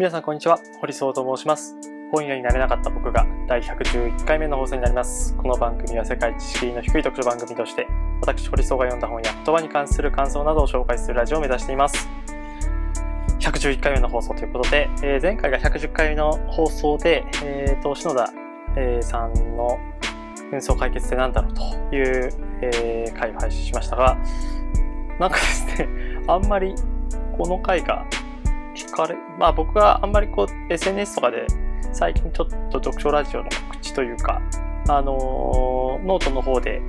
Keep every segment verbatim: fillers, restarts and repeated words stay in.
皆さんこんにちは、堀荘と申します。本屋になれなかった僕がだいひゃくじゅういっかいめの放送になります。この番組は世界知識の低い読書番組として、私堀荘が読んだ本や言葉に関する感想などを紹介するラジオを目指しています。ひゃくじゅういっかいめの放送ということで、えー、前回がひゃくじゅっかいの放送で、えー、と篠田、えー、さんの紛争解決ってなんだろうという、えー、回を配信しましたが、なんかですね、あんまりこの回が聞かれ、まあ僕があんまりこう エスエヌエス とかで最近ちょっと読書ラジオの告知というか、あのー、ノートの方で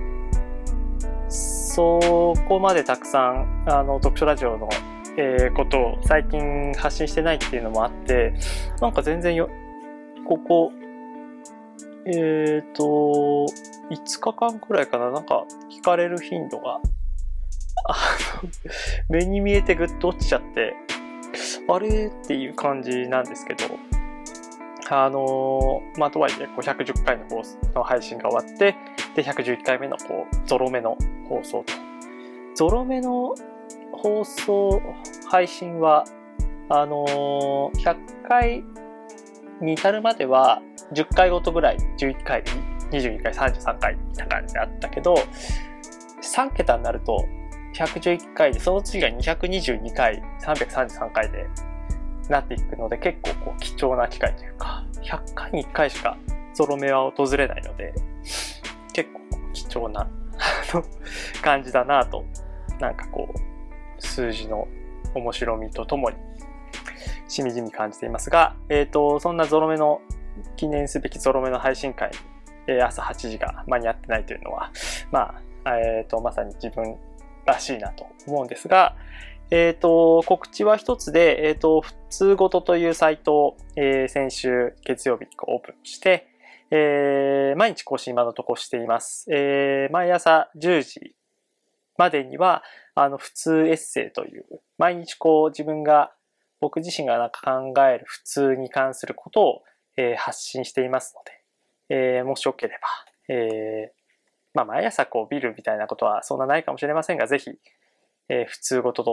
そこまでたくさんあの読書ラジオの、えー、ことを最近発信してないっていうのもあって、なんか全然よここえっといつかかんくらいかな、なんか聞かれる頻度があの目に見えてぐっと落ちちゃって、あれっていう感じなんですけど、あのー、まあとはいえこうひゃくじゅっかいの放送の配信が終わって、でひゃくじゅういっかいめのこうゾロ目の放送と、ゾロ目の放送配信はあのー、ひゃっかいに至るまではじゅっかいごとぐらい、じゅういっかい、にじゅうにかい、さんじゅうさんかいみたいな感じであったけど、さんけたになるとひゃくじゅういっかいで、その次がにひゃくにじゅうにかい、さんびゃくさんじゅうさんかいでなっていくので、結構こう貴重な機会というか、ひゃっかいにいっかいしかゾロ目は訪れないので、結構貴重な感じだなと、なんかこう数字の面白みとともにしみじみ感じていますが、えーとそんなゾロ目の記念すべきゾロ目の配信会に、えー、朝はちじが間に合ってないというのは、まあえーとまさに自分らしいなと思うんですが、えーと告知は一つで、えーと普通ごとというサイトを、えー、先週月曜日にオープンして、えー、毎日更新今のところしています。えー、毎朝じゅうじまでにはあの普通エッセイという、毎日こう自分が僕自身がなんか考える普通に関することを、えー、発信していますので、えー、もしよければ、えーまあ、毎朝こうビルみたいなことはそんなないかもしれませんが、ぜひ、えー、ふつごと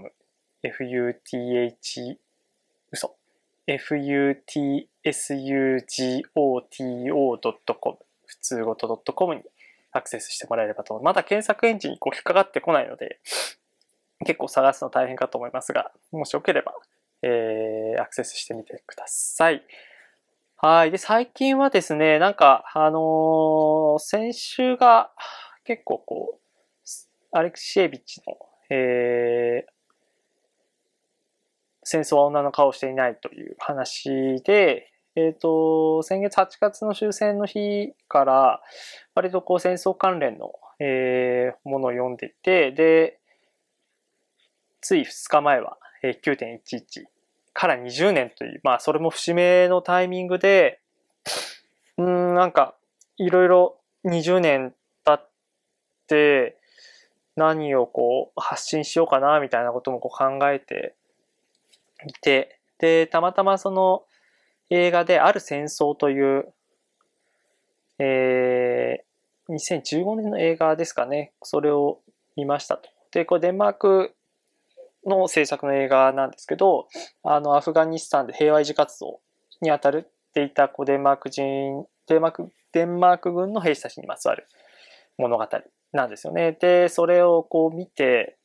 .com、futh、嘘、フユーティーエスユージーオーティーオードットコム、ふつごと .com にアクセスしてもらえればと。まだ検索エンジンにこう引っかかってこないので、結構探すの大変かと思いますが、もしよければ、えー、アクセスしてみてください。はい。で、最近はですね、なんか、あのー、先週が結構こう、アレクシエービッチの、えー、戦争は女の顔をしていないという話で、えっと、先月はちがつの終戦の日から、割とこう戦争関連の、えー、ものを読んでいて、で、ついふつかまえは きゅうてんいちいち からにじゅうねんという、まあそれも節目のタイミングで、うーん、なんかいろいろにじゅうねん経って何をこう発信しようかなみたいなこともこう考えていて、で、たまたまその映画である戦争という、えー、にせんじゅうごねんの映画ですかね、それを見ましたと。で、これデンマークの制作の映画なんですけど、あのアフガニスタンで平和維持活動に当たっていたこうデンマーク人デンマークデンマーク軍の兵士たちにまつわる物語なんですよね。で、それをこう見て、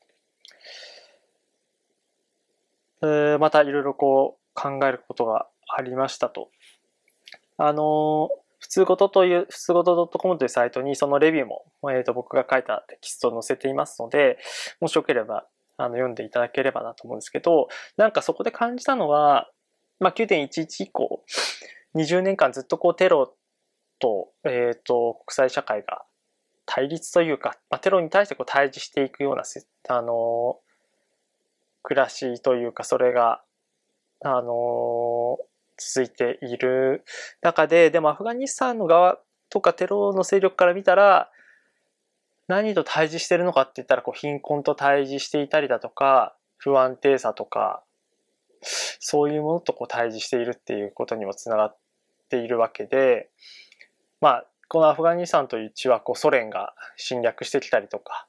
またいろいろこう考えることがありましたと。あの普通ごとという普通ごと .com というサイトにそのレビューも、えー、と僕が書いたテキストを載せていますので、もしよければあの読んでいただければなと思うんですけど、なんかそこで感じたのは、まあ、きゅうてんいちいち以降にじゅうねんかんずっとこうテロと、えー、と国際社会が対立というか、まあ、テロに対してこう対峙していくようなあの暮らしというか、それがあの続いている中で、でもアフガニスタンの側とかテロの勢力から見たら何と対峙してるのかって言ったら、こう貧困と対峙していたりだとか、不安定さとか、そういうものとこう対峙しているっていうことにもつながっているわけで、まあこのアフガニスタンという地はこうソ連が侵略してきたりとか、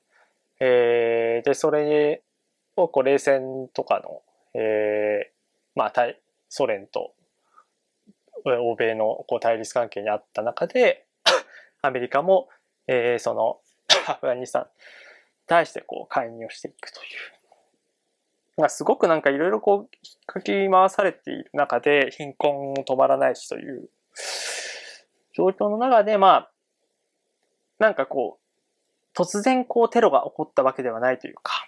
えー、でそれをこう冷戦とかの、えー、まあ対ソ連と欧米のこう対立関係にあった中で、アメリカも、えー、そのアフガニスタンに対してこう介入していくという。まあ、すごくなんかいろいろこう、引っかき回されている中で、貧困止まらないしという状況の中で、まあ、なんかこう、突然こうテロが起こったわけではないというか、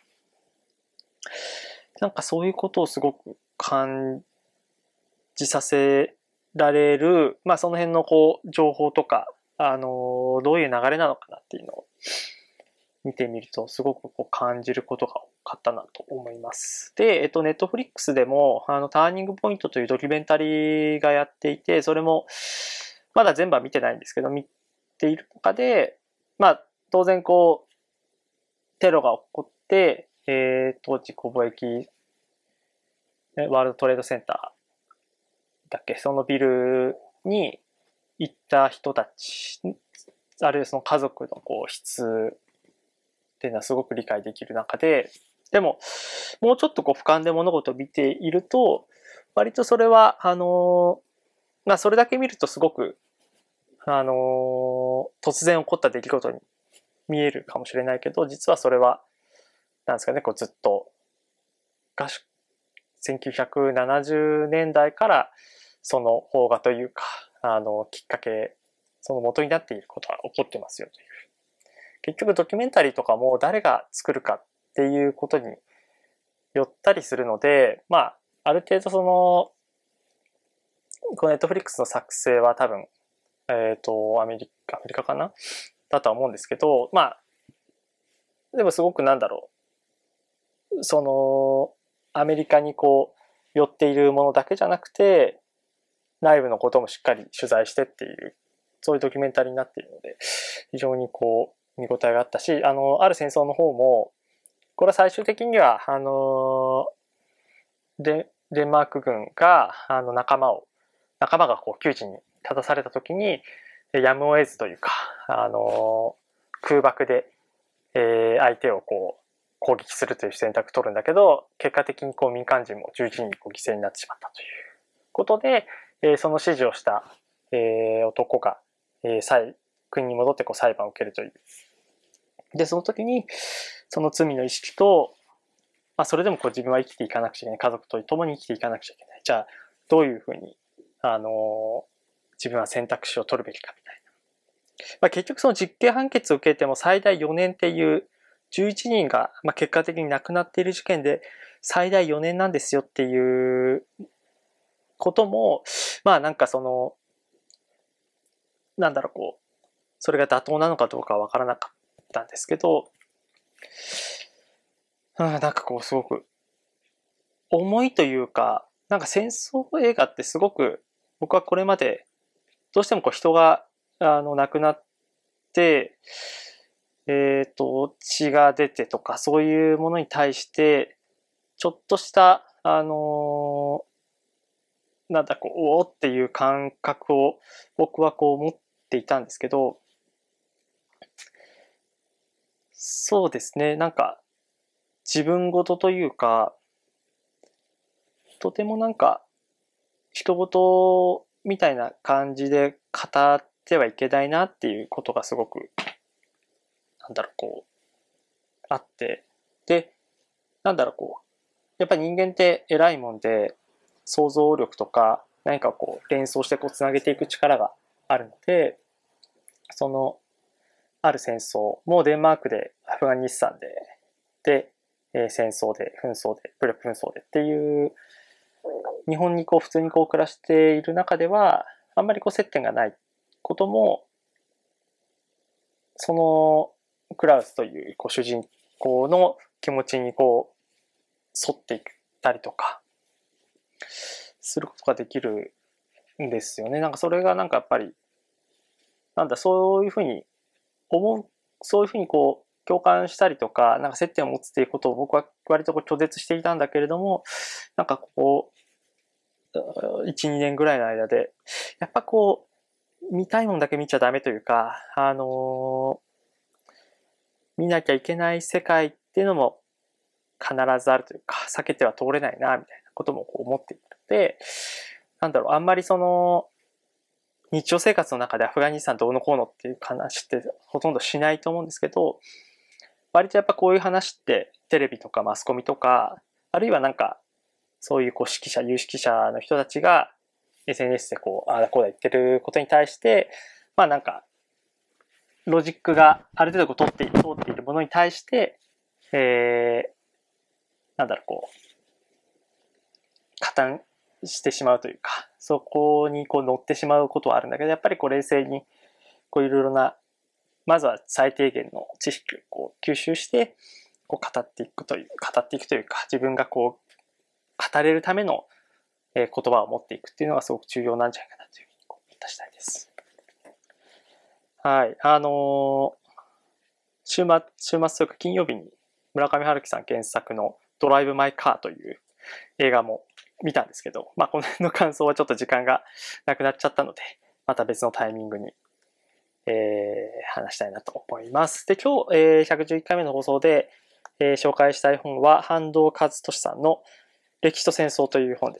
なんかそういうことをすごく感じさせられる、まあその辺のこう、情報とか、あの、どういう流れなのかなっていうのを見てみると、すごくこう感じることが多かったなと思います。で、えっと、ネットフリックスでも、あの、ターニングポイントというドキュメンタリーがやっていて、それも、まだ全部は見てないんですけど、見ている中で、まあ、当然こう、テロが起こって、えー、当時、貿易、ワールドトレードセンターだっけ、そのビルに行った人たち、あるいはその家族のこう、質っていうのはすごく理解できる中で、でも、もうちょっとこう、俯瞰で物事を見ていると、割とそれは、あの、まあ、それだけ見るとすごく、あの、突然起こった出来事に見えるかもしれないけど、実はそれは、なんですかね、こうずっと、せんきゅうひゃくななじゅうねんだいからその邦画というか、あの、きっかけ、その元になっていることが起こってますよという。結局ドキュメンタリーとかも誰が作るかっていうことによったりするので、まあ、ある程度その、このネットフリックスの作成は多分、えっと、アメリカ、アメリカかなだとは思うんですけど、まあ、でもすごくなんだろう。その、アメリカにこう、寄っているものだけじゃなくて、内部のこともしっかり取材してっていう、そういうドキュメンタリーになっているので、非常にこう、見応えがあったし、あの、ある戦争の方も、これは最終的には、あの、デデンマーク軍が、あの、仲間を、仲間がこう、窮地に立たされた時に、やむを得ずというか、あの、空爆で、えー、相手をこう、攻撃するという選択を取るんだけど、結果的にこう民間人もじゅういちにんこう犠牲になってしまったということで、えー、その指示をした、えー、男が、えー、再国に戻ってこう裁判を受けるという。で、その時に、その罪の意識と、まあ、それでもこう自分は生きていかなくちゃいけない。家族と共に生きていかなくちゃいけない。じゃあ、どういうふうに、あのー、自分は選択肢を取るべきかみたいな。まあ、結局その実刑判決を受けても最大よねんっていうじゅういちにんが、まあ、結果的に亡くなっている事件で最大よねんなんですよっていうことも、まあなんかその、なんだろうこう、それが妥当なのかどうかはわからなかったんですけど、なんかこうすごく重いというか、なんか戦争映画ってすごく僕はこれまでどうしてもこう人があの亡くなって、えっと、血が出てとか、そういうものに対して、ちょっとした、あのー、なんだ、こう、おおっていう感覚を僕はこう持っていたんですけど、そうですね、なんか、自分事というか、とてもなんか、人事みたいな感じで語ってはいけないなっていうことがすごく、なんだろう、こう、あって、で、なんだろう、こう、やっぱり人間って偉いもんで、想像力とか何かこう連想してこうつなげていく力があるので、そのある戦争もデンマークでアフガニスタンでで、えー、戦争で紛争で武力紛争でっていう日本にこう普通にこう暮らしている中ではあんまりこう接点がないことも、そのクラウスというこう主人公の気持ちにこう沿っていったりとかすることができるんですよね。なんかそれがなんかやっぱり、なんだ、そういうふうに思う、そういうふうにこう、共感したりとか、なんか接点を持つっていうことを僕は割とこう拒絶していたんだけれども、なんかこう、いち、にねんぐらいの間で、やっぱこう、見たいもんだけ見ちゃダメというか、あのー、見なきゃいけない世界っていうのも必ずあるというか、避けては通れないな、みたいなこともこう思っている。 で、なんだろう、あんまりその、日常生活の中でアフガニスタンどうのこうのっていう話ってほとんどしないと思うんですけど、割とやっぱこういう話ってテレビとかマスコミとか、あるいはなんか、そういうこう指揮者、有識者の人たちが エスエヌエス でこう、ああだこうだ言ってることに対して、まあなんか、ロジックがある程度通って通っているものに対して、えー、なんだろう、こう、加担してしまうというか、そこにこう乗ってしまうことはあるんだけど、やっぱりこう冷静に、こういろいろな、まずは最低限の知識をこう吸収して、こう語っていくという、語っていくというか、自分がこう、語れるための言葉を持っていくっていうのがすごく重要なんじゃないかなというふうにこういたしたいです。はい。あのー、週末、週末というか金曜日に村上春樹さん原作のドライブ・マイ・カーという映画も見たんですけど、まあこの辺の感想はちょっと時間がなくなっちゃったので、また別のタイミングに、えー、話したいなと思います。で、今日、えー、ひゃくじゅういっかいめの放送で、えー、紹介したい本は、半藤和俊さんの歴史と戦争という本です。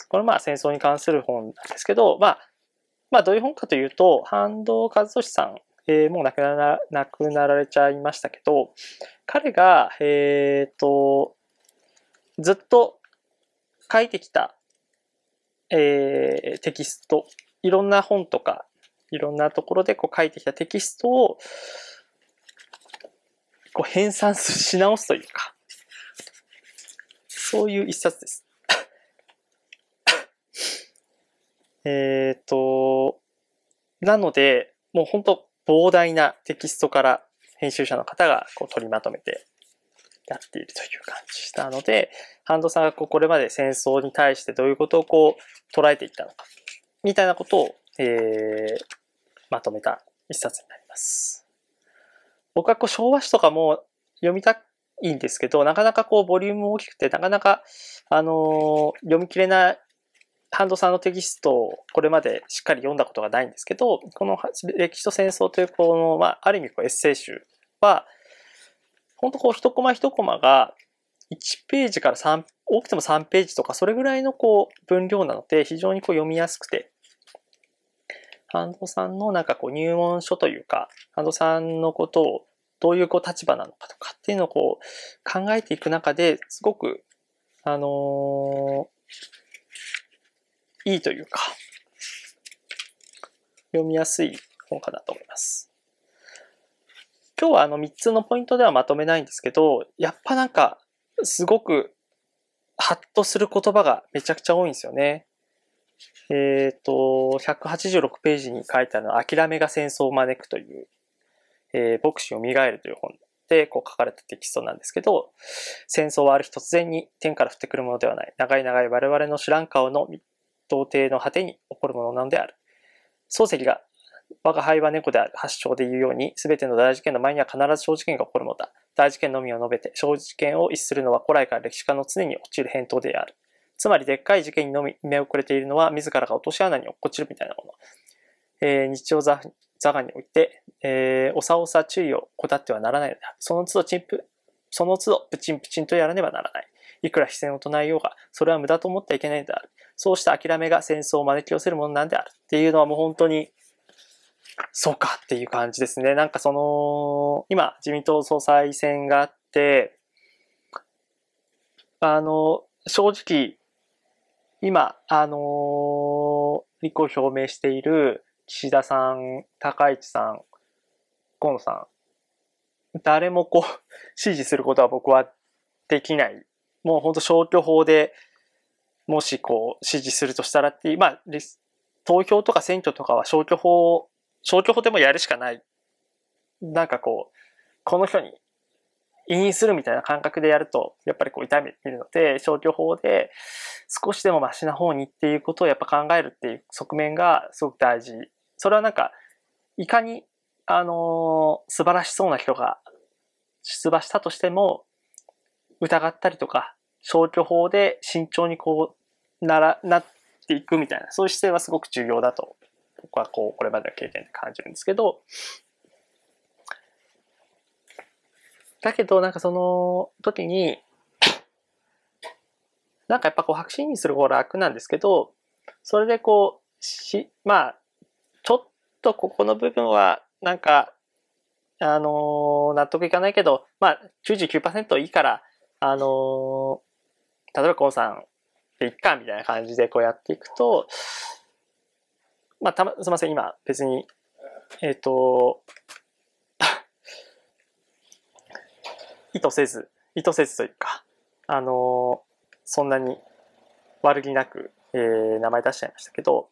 これまあ戦争に関する本なんですけど、まあ、まあどういう本かというと、半藤和俊さん、えー、もう亡くなら、亡くなられちゃいましたけど、彼が、えっと、ずっと書いてきた、えー、テキスト、いろんな本とか、いろんなところでこう書いてきたテキストをこう編纂し直すというか、そういう一冊です。えっと、なので、もう本当膨大なテキストから編集者の方がこう取りまとめてやっているという感じなので、半藤さんがこうこれまで戦争に対してどういうことをこう捉えていったのか、みたいなことを、えー、まとめた一冊になります。僕はこう昭和史とかも読みたいんですけど、なかなかこうボリューム大きくて、なかなか、あのー、読み切れない半藤さんのテキストをこれまでしっかり読んだことがないんですけど、この歴史と戦争というこの、まあ、ある意味こうエッセイ集は、本当こう一コマ一コマがいちページからさん、多くてもさんページとかそれぐらいのこう分量なので非常にこう読みやすくて、半藤さんのなんかこう入門書というか、半藤さんのことをどういうこう立場なのかとかっていうのをこう考えていく中ですごく、あのー、いいというか、読みやすい本かなと思います。今日はあのみっつのポイントではまとめないんですけど、やっぱなんかすごくハッとする言葉がめちゃくちゃ多いんですよね。えっと、ひゃくはちじゅうろくページに書いてあるのは、諦めが戦争を招くという、えー、ボクシングを磨えるという本でこう書かれたテキストなんですけど、戦争はある日突然に天から降ってくるものではない。長い長い我々の知らん顔の童貞の果てに起こるものなのである。漱石が我が輩は猫である発祥で言うように、すべての大事件の前には必ず小事件が起こるものだ。大事件のみを述べて、小事件を逸するのは古来から歴史家の常に落ちる返答である。つまり、でっかい事件にのみ目遅れているのは、自らが落とし穴に落っこちるみたいなもの。えー、日常座座において、えー、おさおさ注意を怠ってはならないのだ。その都度チンプ、その都度プチンプチンとやらねばならない。いくら非戦を唱えようが、それは無駄と思ってはいけないのである。そうした諦めが戦争を招き寄せるものなんである。っていうのはもう本当に、そうかっていう感じですね。なんかその、今、自民党総裁選があって、あの、正直、今、あの、立候補表明している岸田さん、高市さん、河野さん、誰もこう、支持することは僕はできない。もう本当消去法で、もしこう、支持するとしたらっていう、まあ、投票とか選挙とかは消去法、消去法でもやるしかない。なんかこう、この人に委任するみたいな感覚でやると、やっぱりこう痛めているので、消去法で少しでもマシな方にっていうことをやっぱ考えるっていう側面がすごく大事。それはなんか、いかに、あのー、素晴らしそうな人が出馬したとしても、疑ったりとか、消去法で慎重にこう、なら、なっていくみたいな、そういう姿勢はすごく重要だと、僕はこう、これまでの経験で感じるんですけど、だけど、なんかその時に、 なんかやっぱこう白紙にする方が楽なんですけど、それでこう、し、まあ、ちょっとここの部分は、なんか、あのー納得いかないけど、まあ、きゅうじゅうきゅうパーセントいいから、あのー例えばコンさんでいっか、みたいな感じでこうやっていくと、まあ、たま、すみません、今、別に、えっと、意図せず、意図せずというか、あのーそんなに悪気なく、えー名前出しちゃいましたけど、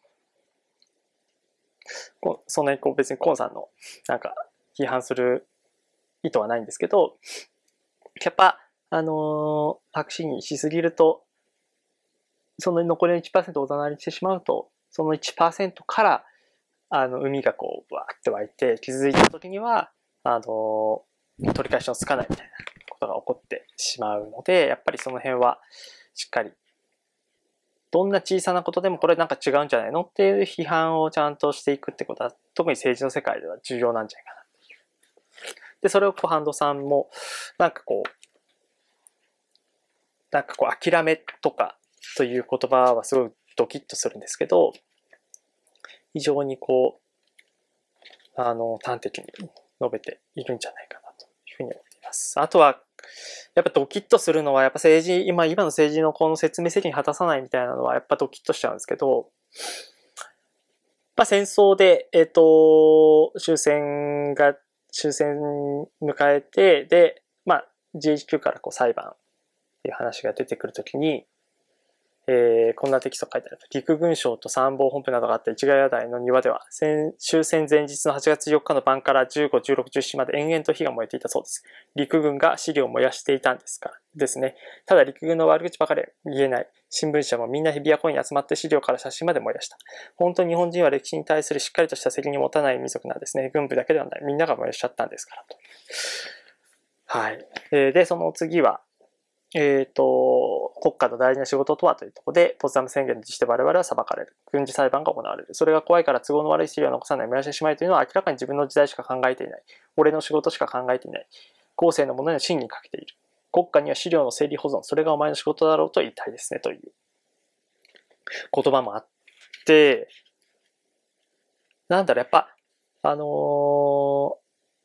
こそんなにこう別にコンさんのなんか批判する意図はないんですけど、やっぱ、あのー白紙にしすぎると、その残りのいちパーセントをおざなりにしてしまうと、そのいちパーセントから、あの、海がこう、わーって湧いて、気づいた時には、あのー取り返しのつかないみたいなことが起こってしまうので、やっぱりその辺は、しっかり、どんな小さなことでもこれなんか違うんじゃないのっていう批判をちゃんとしていくってことは、特に政治の世界では重要なんじゃないかなっていう。で、それをこう、ハンドさんも、なんかこう、なんかこう、諦めとかという言葉はすごいドキッとするんですけど、非常にこう、あの、端的に述べているんじゃないかなというふうに思っています。あとは、やっぱドキッとするのは、やっぱ政治、今、今の政治のこの説明責任果たさないみたいなのは、やっぱドキッとしちゃうんですけど、まあ戦争で、えっと、終戦が、終戦迎えて、で、まあ ジーエイチキュー からこう裁判っていう話が出てくるときに、えー、こんなテキスト書いてある。陸軍省と参謀本部などがあった市ヶ谷台の庭では、終戦前日のはちがつよっかの晩からじゅうご、じゅうろく、じゅうしちまで延々と火が燃えていたそうです。陸軍が資料を燃やしていたんですからですね。ただ陸軍の悪口ばかり言えない。新聞社もみんな日比谷公園に集まって資料から写真まで燃やした。本当に日本人は歴史に対するしっかりとした責任を持たない民族なんですね。軍部だけではない。みんなが燃やしちゃったんですからと。はい。で、その次は、えっと、国家の大事な仕事とはというところで、ポツダム宣言に実して我々は裁かれる。軍事裁判が行われる。それが怖いから都合の悪い資料を残さない、燃やしてしまいというのは明らかに自分の時代しか考えていない。俺の仕事しか考えていない。後世のものには真にかけている。国家には資料の整理保存、それがお前の仕事だろうと言いたいですね、という言葉もあって、なんだろう、やっぱ、あのー、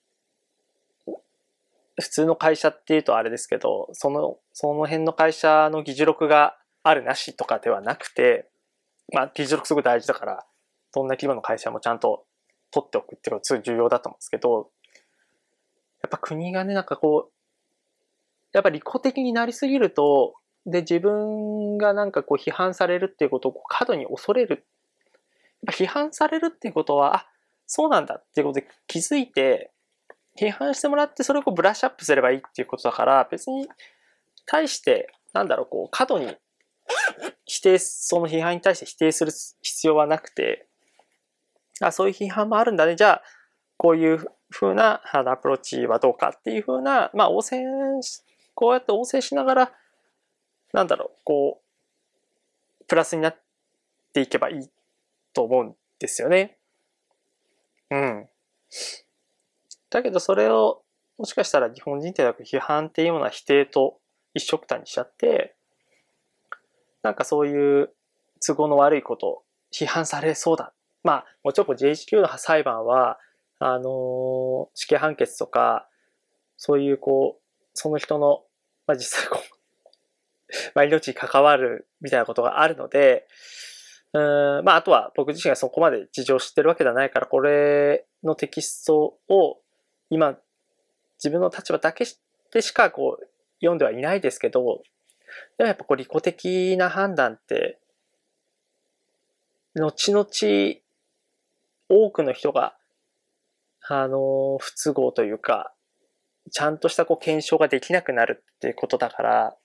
普通の会社っていうとあれですけど、その、その辺の会社の議事録があるなしとかではなくて、まあ、議事録すごい大事だから、どんな規模の会社もちゃんと取っておくっていうのがすごい重要だと思うんですけど、やっぱ国がね、なんかこう、やっぱ利己的になりすぎると、で、自分がなんかこう批判されるっていうことを過度に恐れる。やっぱ批判されるっていうことは、あ、そうなんだっていうことで気づいて、批判してもらってそれをこうブラッシュアップすればいいっていうことだから、別に対して、なんだろう、こう、過度に否定、その批判に対して否定する必要はなくて、あ、そういう批判もあるんだね。じゃあ、こういう風なアプローチはどうかっていう風な、まあ、応戦、こうやって応戦しながら、なんだろう、こう、プラスになっていけばいいと思うんですよね。うん。だけどそれを、もしかしたら日本人ってなく批判っていうものは否定と一緒くたにしちゃって、なんかそういう都合の悪いことを批判されそうだ。まあ、もちろん ジェイエイチキュー の裁判は、あのー、死刑判決とか、そういうこう、その人の、まあ実際こう、まあ命に関わるみたいなことがあるので、うん、まああとは僕自身がそこまで事情を知ってるわけではないから、これのテキストを今、自分の立場だけでしかこう、読んではいないですけど、でもやっぱこう利己的な判断って、後々多くの人が、あの、不都合というか、ちゃんとしたこう検証ができなくなるっていうことだから、や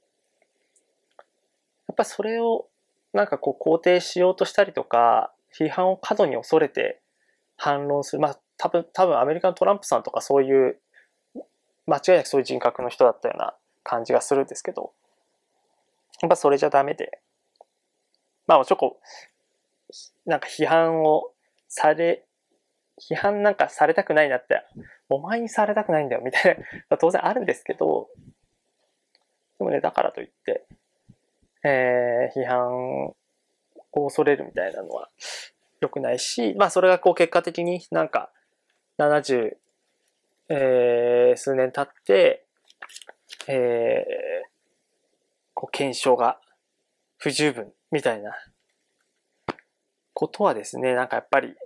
っぱそれをなんかこう肯定しようとしたりとか、批判を過度に恐れて反論する。まあ多分、多分アメリカのトランプさんとかそういう、間違いなくそういう人格の人だったような感じがするんですけど、やっぱそれじゃダメで、まあもちろんこう、なんか批判をされ、批判なんかされたくないなって、お前にされたくないんだよみたいな、当然あるんですけど、でもね、だからといって、 えー、批判を恐れるみたいなのは良くないし、まあそれがこう結果的になんかななじゅう、えー、数年経って、えー、こう検証が不十分みたいなことはですね、なんかやっぱり、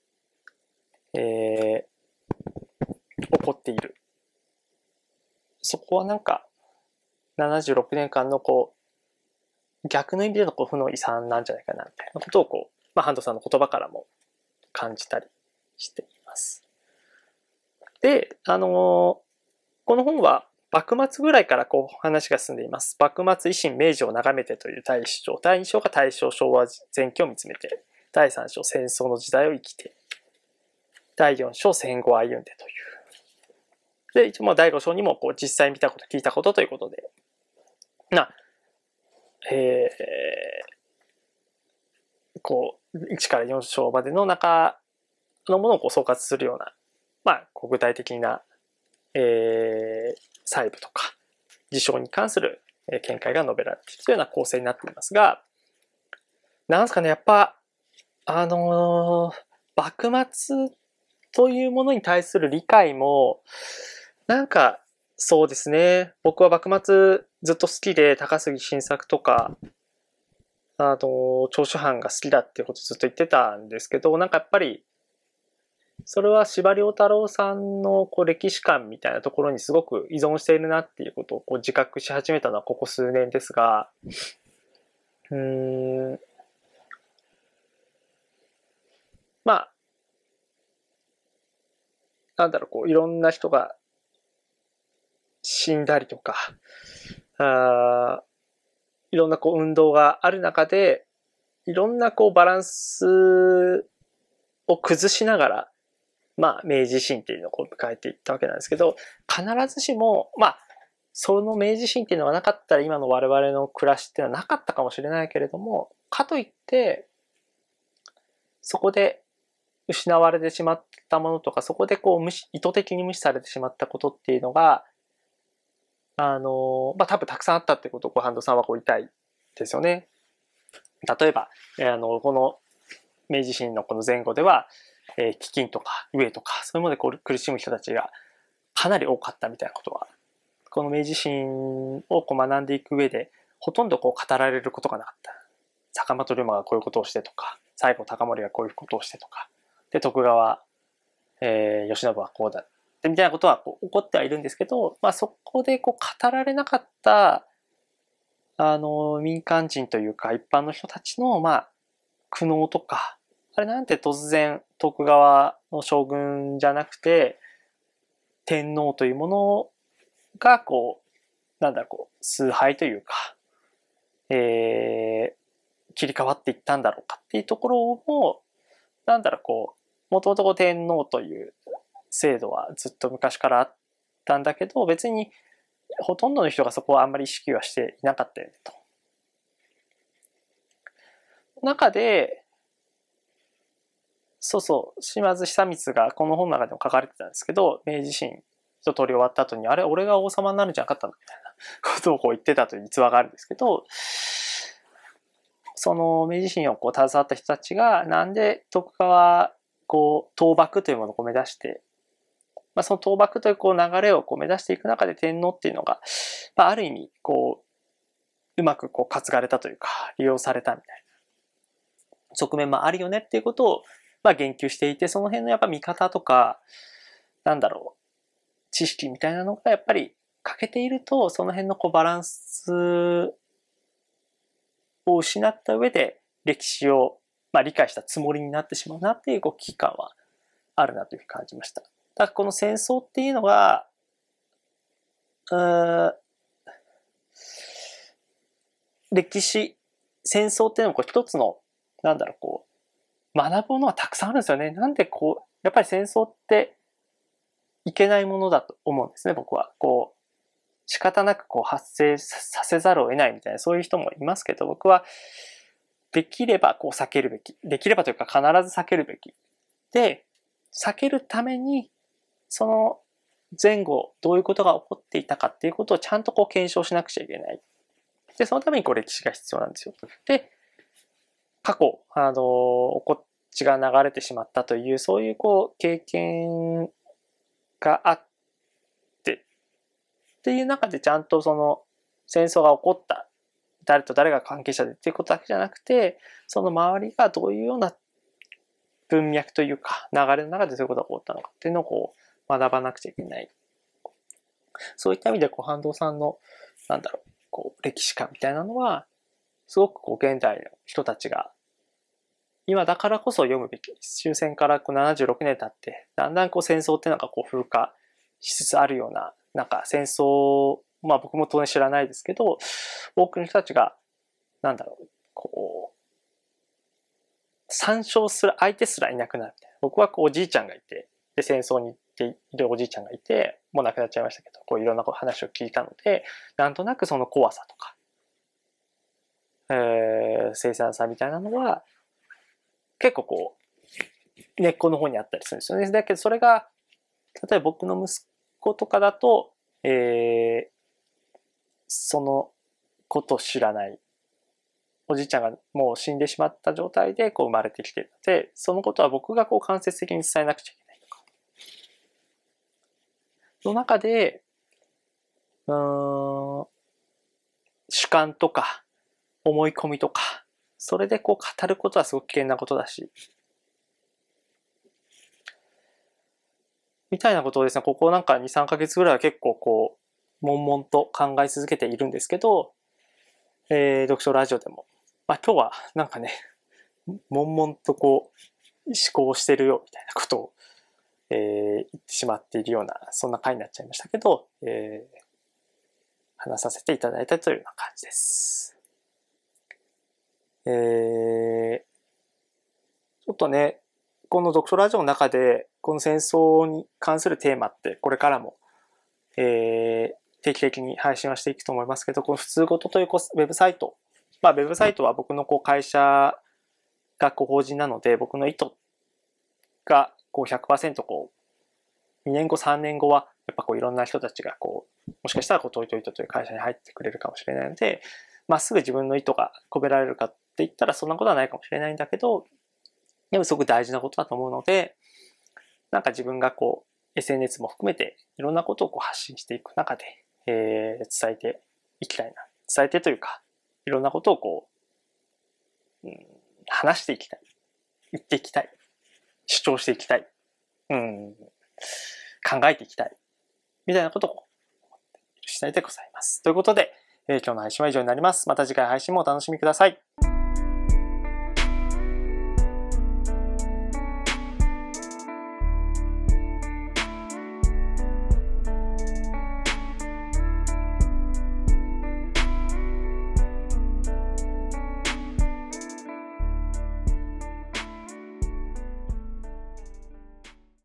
えー、起こっている。そこはなんかななじゅうろくねんかんのこう逆の意味でのこう負の遺産なんじゃないかなみたいなことをこう、まあ、ハントさんの言葉からも感じたりしています。で、あのー、この本は幕末ぐらいからこう話が進んでいます。幕末維新明治を眺めてという第一章。第二章が大正昭和前期を見つめて。第三章戦争の時代を生きて。第四章戦後を歩んでという。で、一応だいご章にもこう実際見たこと聞いたことということで。な、えー、こう、いちからよん章までの中のものをこう総括するような、まあ、こう具体的な、えー、細部とか、事象に関する見解が述べられているというような構成になっていますが、なんですかね、やっぱ、あのー、幕末というものに対する理解も、なんか、そうですね、僕は幕末ずっと好きで、高杉晋作とか、あの、長州藩が好きだっていうことをずっと言ってたんですけど、なんかやっぱり、それは司馬遼太郎さんのこう歴史観みたいなところにすごく依存しているなっていうことをこう自覚し始めたのはここ数年ですが、うーん、まあ、なんだろう、こう、いろんな人が死んだりとか、あいろんなこう運動がある中で、いろんなこうバランスを崩しながら、まあ、明治維新っていうのをこう迎えていったわけなんですけど、必ずしも、まあ、その明治維新っていうのがなかったら今の我々の暮らしっていうのはなかったかもしれないけれども、かといって、そこで失われてしまったものとか、そこでこう無視、意図的に無視されてしまったことっていうのが、あの、まあ、多分たくさんあったってことを、ハンドさんはこう言いたいですよね。例えば、あの、この明治維新のこの前後では、えー、飢饉とか飢えとか、そういうものでこう苦しむ人たちがかなり多かったみたいなことは、この明治維新をこう学んでいく上で、ほとんどこう語られることがなかった。坂本龍馬がこういうことをしてとか、西郷隆盛がこういうことをしてとか、で、徳川、えー、慶喜はこうだ。みたいなことはこう起こってはいるんですけど、まあ、そこでこう語られなかった、あの、民間人というか一般の人たちの、まあ、苦悩とか、あれなんて突然徳川の将軍じゃなくて、天皇というものが、こう、なんだろう、こう、崇拝というか、えー、切り替わっていったんだろうかっていうところも、なんだろう、こう、もともと天皇という制度はずっと昔からあったんだけど、別にほとんどの人がそこはあんまり意識はしていなかったよねと。中で、そうそう、島津久光がこの本の中でも書かれてたんですけど、明治維新一通り終わった後に、あれ、俺が王様になるんじゃなかったのみたいなことをこう言ってたという逸話があるんですけど、その明治維新をこう携わった人たちが、なんで徳川こう倒幕というものを目指して、まあ、その倒幕というこう流れをこう目指していく中で天皇っていうのが、まあ、ある意味こううまくこう担がれたというか利用されたみたいな側面もあるよねっていうことをまあ言及していて、その辺のやっぱ見方とかなんだろう知識みたいなのがやっぱり欠けていると、その辺のこうバランスを失った上で歴史をまあ理解したつもりになってしまうなっていうこう危機感はあるなというふうに感じました。だからこの戦争っていうのが、う歴史、戦争っていうのもこう一つの、なんだろう、こう、学ぶものはたくさんあるんですよね。なんでこう、やっぱり戦争っていけないものだと思うんですね、僕は。こう、仕方なくこう発生させざるを得ないみたいな、そういう人もいますけど、僕は、できればこう避けるべき。できればというか必ず避けるべき。で、避けるために、その前後、どういうことが起こっていたかっていうことをちゃんとこう検証しなくちゃいけない。 で、そのためにこう歴史が必要なんですよ。で、過去、あの、おこっちが流れてしまったという、そういうこう、経験があって、っていう中でちゃんとその、戦争が起こった、誰と誰が関係者でっていうことだけじゃなくて、その周りがどういうような文脈というか、流れの中でそういうことが起こったのかっていうのをこう、学ばなくちゃいけない。そういった意味で、こう、半藤さんの、なんだろう、こう、歴史観みたいなのは、すごくこう、現代の人たちが、今だからこそ読むべき。終戦からこうななじゅうろくねん経って、だんだんこう戦争っていうのがこう風化しつつあるような、なんか戦争、まあ僕も当然知らないですけど、多くの人たちが、なんだろう、こう、参照する相手すらいなくなるみたいな。僕はこうおじいちゃんがいて、で戦争に行っているおじいちゃんがいて、もう亡くなっちゃいましたけど、こういろんな話を聞いたので、なんとなくその怖さとか、えー、凄惨さみたいなのは、結構こう、根っこの方にあったりするんですよね。だけどそれが、例えば僕の息子とかだと、えー、そのことを知らない。おじいちゃんがもう死んでしまった状態でこう生まれてきているので、そのことは僕がこう間接的に伝えなくちゃいけないとか。その中で、うーん、主観とか思い込みとか、それでこう語ることはすごく危険なことだし、みたいなことをですね、ここなんかに、さんかげつぐらいは結構こう、悶々と考え続けているんですけど、えー、読書ラジオでも。まあ今日はなんかね、悶々とこう、思考してるよみたいなことを、えー、言ってしまっているような、そんな回になっちゃいましたけど、えー、話させていただいたというような感じです。えー、ちょっとね、この読書ラジオの中で、この戦争に関するテーマって、これからも、えー、定期的に配信はしていくと思いますけど、この普通ごとというウェブサイト、まあ、ウェブサイトは僕のこう会社がこう法人なので、僕の意図がこう ひゃくパーセント こう、にねんご、さんねんごは、やっぱこういろんな人たちがこう、もしかしたらこうトイトイトという会社に入ってくれるかもしれないので、まっすぐ自分の意図が込められるかって言ったらそんなことはないかもしれないんだけど、でもすごく大事なことだと思うので、なんか自分がこう、エスエヌエス も含めていろんなことをこう発信していく中で、えー、伝えていきたいな。伝えてというか、いろんなことをこう、うん、話していきたい。言っていきたい。主張していきたい。うん、考えていきたい。みたいなことをしたいでございます。ということで、えー、今日の配信は以上になります。また次回配信もお楽しみください。